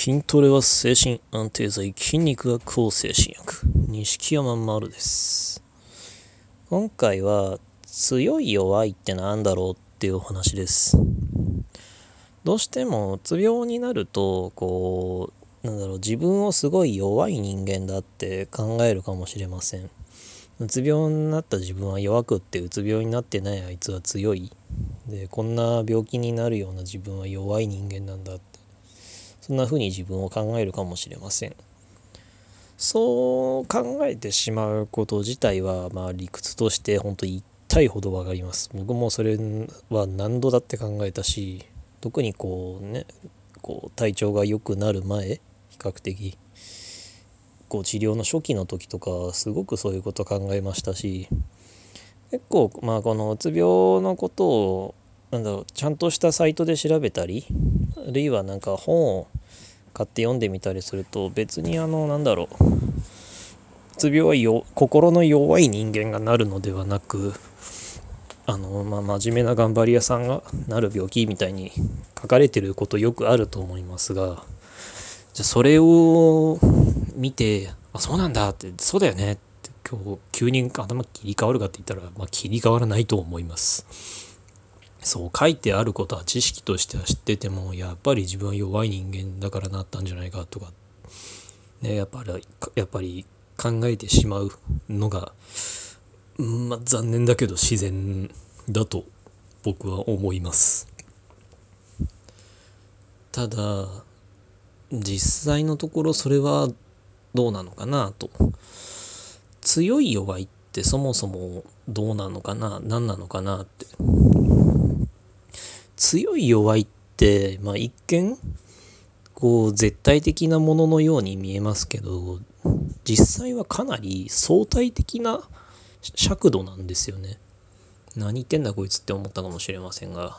筋トレは精神安定剤、筋肉は抗精神薬。錦山丸です。今回は強い弱いってなんだろうっていうお話です。どうしてもうつ病になると自分をすごい弱い人間だって考えるかもしれません。うつ病になった自分は弱くって、うつ病になってないあいつは強いで、こんな病気になるような自分は弱い人間なんだって、そんな風に自分を考えるかもしれません。そう考えてしまうこと自体は理屈として本当に痛いほどわかります。僕もそれは何度だって考えたし、特に体調が良くなる前、比較的治療の初期の時とかすごくそういうこと考えましたし、結構このうつ病のことをちゃんとしたサイトで調べたり、あるいは本を買って読んでみたりすると、別にうつ病は心の弱い人間がなるのではなく、真面目な頑張り屋さんがなる病気みたいに書かれてることよくあると思いますが、じゃあそれを見て、そうなんだって、そうだよねって、今日急に頭切り替わるかって言ったら、切り替わらないと思います。そう書いてあることは知識としては知ってても、やっぱり自分は弱い人間だからなったんじゃないかとかね、やっぱり考えてしまうのが、残念だけど自然だと僕は思います。ただ実際のところそれはどうなのかなと。強い弱いってそもそもどうなのかな、何なのかなって。強い弱いって一見絶対的なもののように見えますけど、実際はかなり相対的な尺度なんですよね。何言ってんだこいつって思ったかもしれませんが、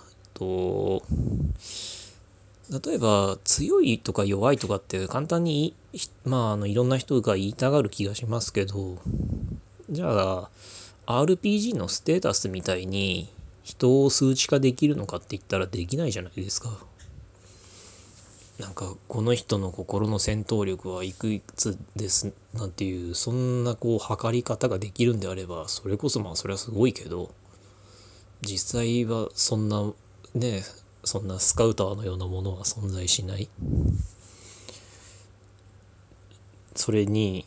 例えば強いとか弱いとかって簡単にいろんな人が言いたがる気がしますけど、じゃあ RPG のステータスみたいに人を数値化できるのかって言ったらできないじゃないですか。この人の心の戦闘力はいくつですなんていう、そんな測り方ができるんであれば、それこそそれはすごいけど、実際はそんなスカウターのようなものは存在しない。それに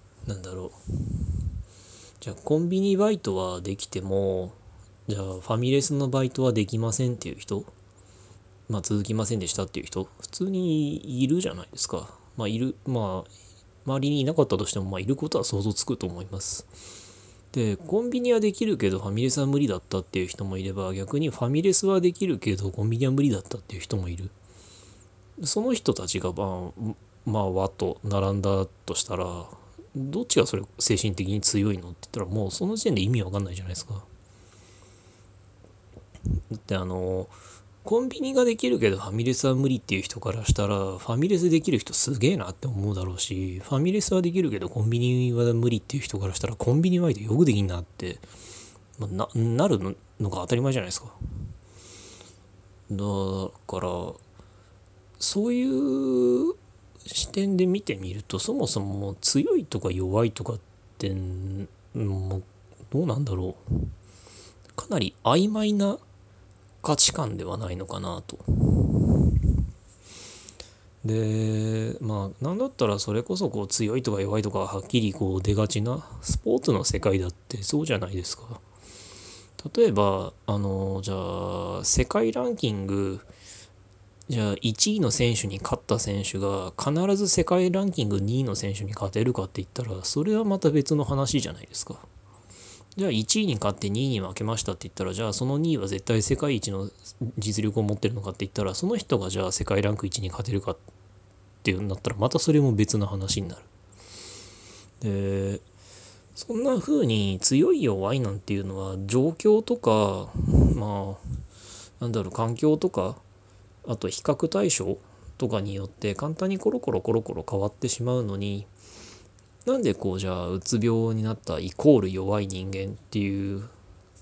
じゃあコンビニバイトはできても、じゃあファミレスのバイトはできませんっていう人、続きませんでしたっていう人普通にいるじゃないですか。周りにいなかったとしてもいることは想像つくと思います。で、コンビニはできるけどファミレスは無理だったっていう人もいれば、逆にファミレスはできるけどコンビニは無理だったっていう人もいる。その人たちがわっと並んだとしたら、どっちがそれ精神的に強いのって言ったら、もうその時点で意味わかんないじゃないですか。だってコンビニができるけどファミレスは無理っていう人からしたら、ファミレスできる人すげえなって思うだろうし、ファミレスはできるけどコンビニは無理っていう人からしたら、コンビニワイドよくできんなって、なるのが当たり前じゃないですか。だからそういう視点で見てみると、そもそも強いとか弱いとかってもうどうなんだろう、かなり曖昧な価値観ではないのかなと。でなんだったらそれこそ強いとか弱いとかはっきり出がちなスポーツの世界だってそうじゃないですか。例えばじゃあ世界ランキング、じゃあ1位の選手に勝った選手が必ず世界ランキング2位の選手に勝てるかって言ったら、それはまた別の話じゃないですか。じゃあ1位に勝って2位に負けましたって言ったら、じゃあその2位は絶対世界一の実力を持ってるのかって言ったら、その人がじゃあ世界ランク1に勝てるかっていうなったら、またそれも別の話になる。で、そんな風に強い弱いなんていうのは状況とか環境とか、あと比較対象とかによって簡単にコロコロ変わってしまうのに、なんでじゃあうつ病になったイコール弱い人間っていう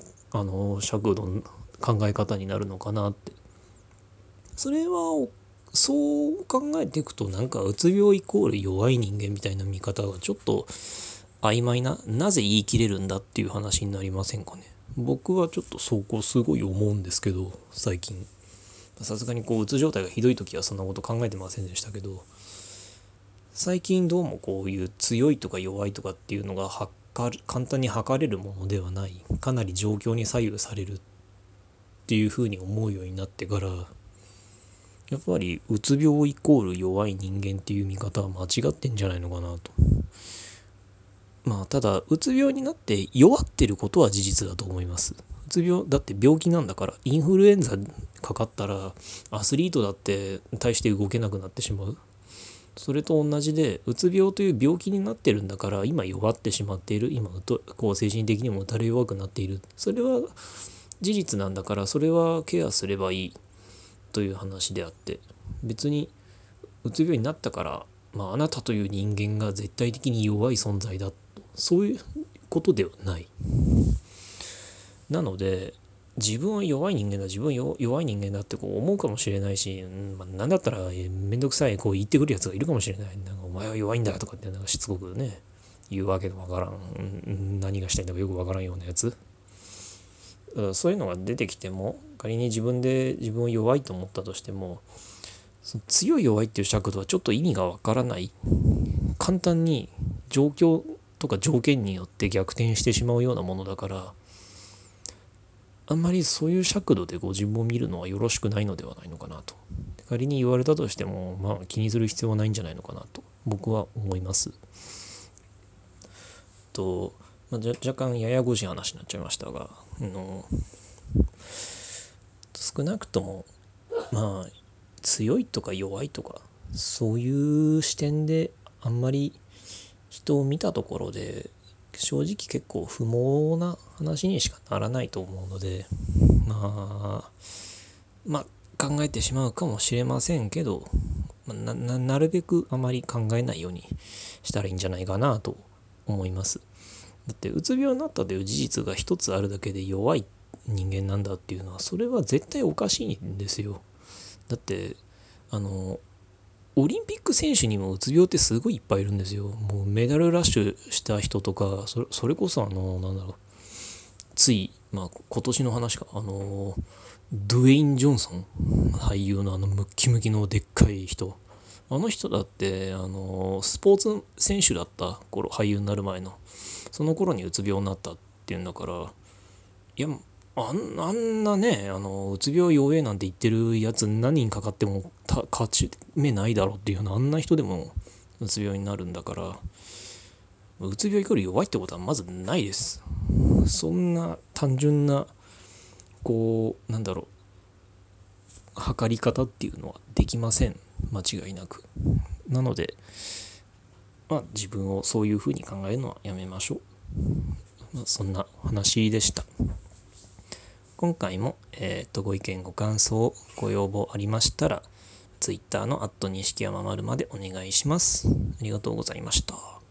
尺度の考え方になるのかなって。それはそう考えていくとなんかうつ病イコール弱い人間みたいな見方がちょっと曖昧なぜ言い切れるんだっていう話になりませんかね。僕はちょっとそこすごい思うんですけど、最近さすがにこううつ状態がひどい時はそんなこと考えてませんでしたけど、最近どうもこういう強いとか弱いとかっていうのが簡単に測れるものではない、かなり状況に左右されるっていうふうに思うようになってから、やっぱりうつ病イコール弱い人間っていう見方は間違ってんじゃないのかなと。まあただうつ病になって弱ってることは事実だと思います。うつ病だって病気なんだから、インフルエンザかかったらアスリートだって大して動けなくなってしまう。それと同じで、うつ病という病気になってるんだから、今弱ってしまっている、今こう精神的にも打たれ弱くなっている、それは事実なんだから、それはケアすればいいという話であって、別にうつ病になったから、あなたという人間が絶対的に弱い存在だ、そういうことではない。なので自分は弱い人間だ、自分は弱い人間だってこう思うかもしれないし、なんだったらめんどくさいこう言ってくるやつがいるかもしれない。なんかお前は弱いんだとかってなんかしつこくね言うわけでもわからん、何がしたいんだかよくわからんようなやつ、そういうのが出てきても、仮に自分で自分を弱いと思ったとしても、その強い弱いっていう尺度はちょっと意味がわからない。簡単に状況とか条件によって逆転してしまうようなものだから、あんまりそういう尺度でご自分を見るのはよろしくないのではないのかなと。仮に言われたとしても、気にする必要はないんじゃないのかなと僕は思います。若干ややこしい話になっちゃいましたが、少なくとも強いとか弱いとかそういう視点であんまり人を見たところで、正直結構不毛な話にしかならないと思うので、考えてしまうかもしれませんけど、なるべくあまり考えないようにしたらいいんじゃないかなと思います。だってうつ病になったという事実が一つあるだけで弱い人間なんだっていうのは、それは絶対おかしいんですよ。だってオリンピック選手にもうつ病ってすごいいっぱいいるんですよ。もうメダルラッシュした人とか、それこそつい、今年の話か、ドゥエイン・ジョンソン、俳優のムッキムキのでっかい人、あの人だってスポーツ選手だった頃、俳優になる前のその頃にうつ病になったっていうんだから、いやあんなね、うつ病弱えなんて言ってるやつ何人かかっても勝ち目ないだろうっていうような、あんな人でもうつ病になるんだから、うつ病イコール弱いってことはまずないです。そんな単純な測り方っていうのはできません、間違いなく。なので自分をそういうふうに考えるのはやめましょう。そんな話でした。今回も、ご意見ご感想ご要望ありましたら Twitter の錦山丸までお願いします。ありがとうございました。